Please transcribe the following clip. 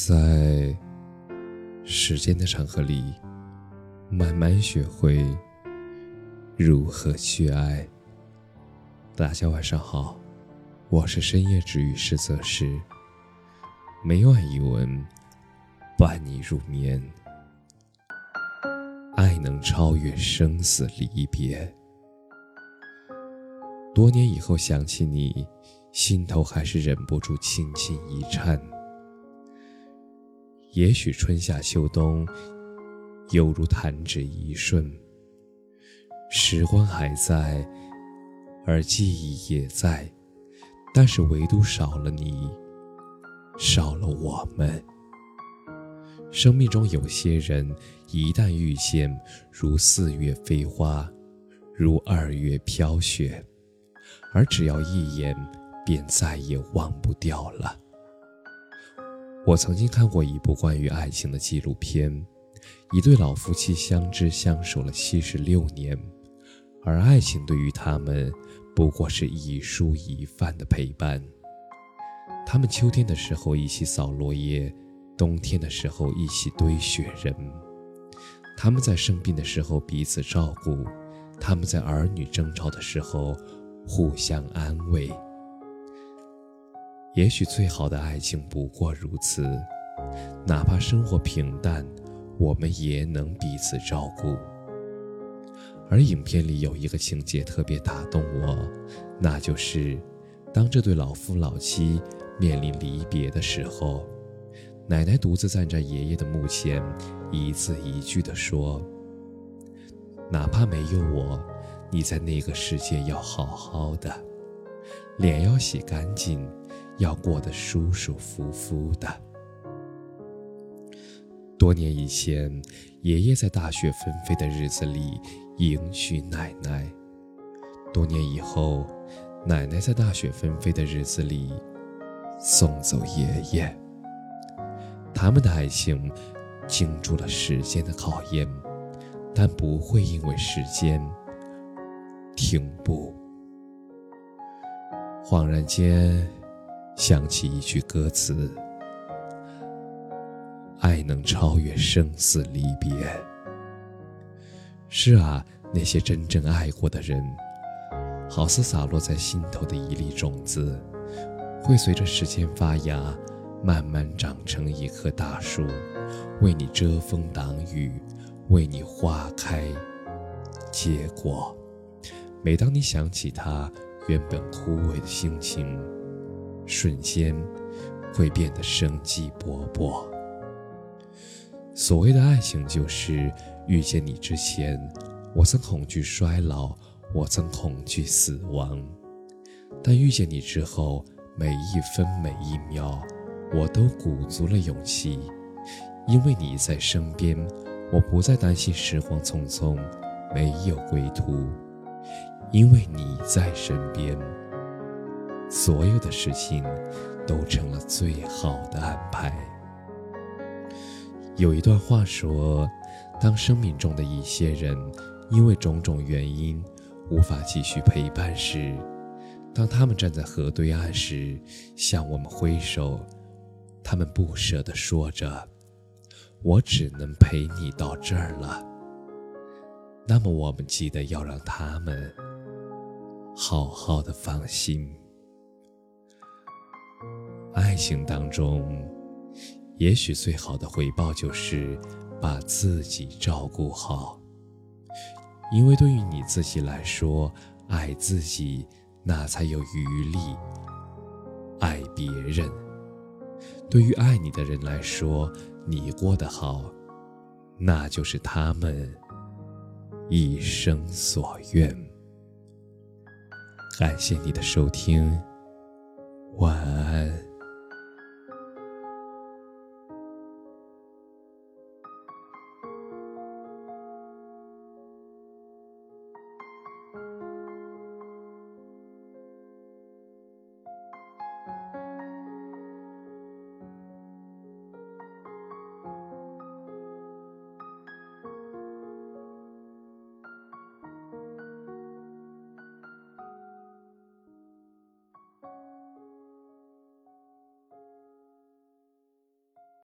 在时间的长河里，慢慢学会如何去爱。大家晚上好，我是深夜治愈师则师，每晚一文伴你入眠。爱能超越生死离别。多年以后想起你，心头还是忍不住轻轻一颤。也许春夏秋冬犹如弹指一瞬，时光还在，而记忆也在，但是唯独少了你，少了我们。生命中有些人一旦遇见，如4月飞花，如2月飘雪，而只要一眼便再也忘不掉了。我曾经看过一部关于爱情的纪录片，一对老夫妻相知相守了76年，而爱情对于他们不过是一蔬一饭的陪伴。他们秋天的时候一起扫落叶，冬天的时候一起堆雪人。他们在生病的时候彼此照顾，他们在儿女争吵的时候互相安慰。也许最好的爱情不过如此，哪怕生活平淡，我们也能彼此照顾。而影片里有一个情节特别打动我，那就是当这对老夫老妻面临离别的时候，奶奶独自站在爷爷的墓前，一字一句地说，哪怕没有我，你在那个世界要好好的，脸要洗干净，要过得舒舒服服的。多年以前，爷爷在大雪纷飞的日子里迎娶奶奶，多年以后，奶奶在大雪纷飞的日子里送走爷爷。他们的爱情经住了时间的考验，但不会因为时间停步。恍然间想起一句歌词，爱能超越生死离别。是啊，那些真正爱过的人，好似洒落在心头的一粒种子，会随着时间发芽，慢慢长成一棵大树，为你遮风挡雨，为你花开结果。每当你想起它原本枯萎的心情，瞬间会变得生机勃勃。所谓的爱情，就是遇见你之前，我曾恐惧衰老，我曾恐惧死亡，但遇见你之后，每一分每一秒我都鼓足了勇气。因为你在身边，我不再担心时光匆匆没有归途。因为你在身边，所有的事情都成了最好的安排。有一段话说，当生命中的一些人因为种种原因无法继续陪伴时，当他们站在河对岸时向我们挥手，他们不舍地说着，我只能陪你到这儿了。那么我们记得要让他们好好的放心。爱情当中，也许最好的回报就是把自己照顾好，因为对于你自己来说，爱自己那才有余力爱别人。对于爱你的人来说，你过得好，那就是他们一生所愿。感谢你的收听，晚安。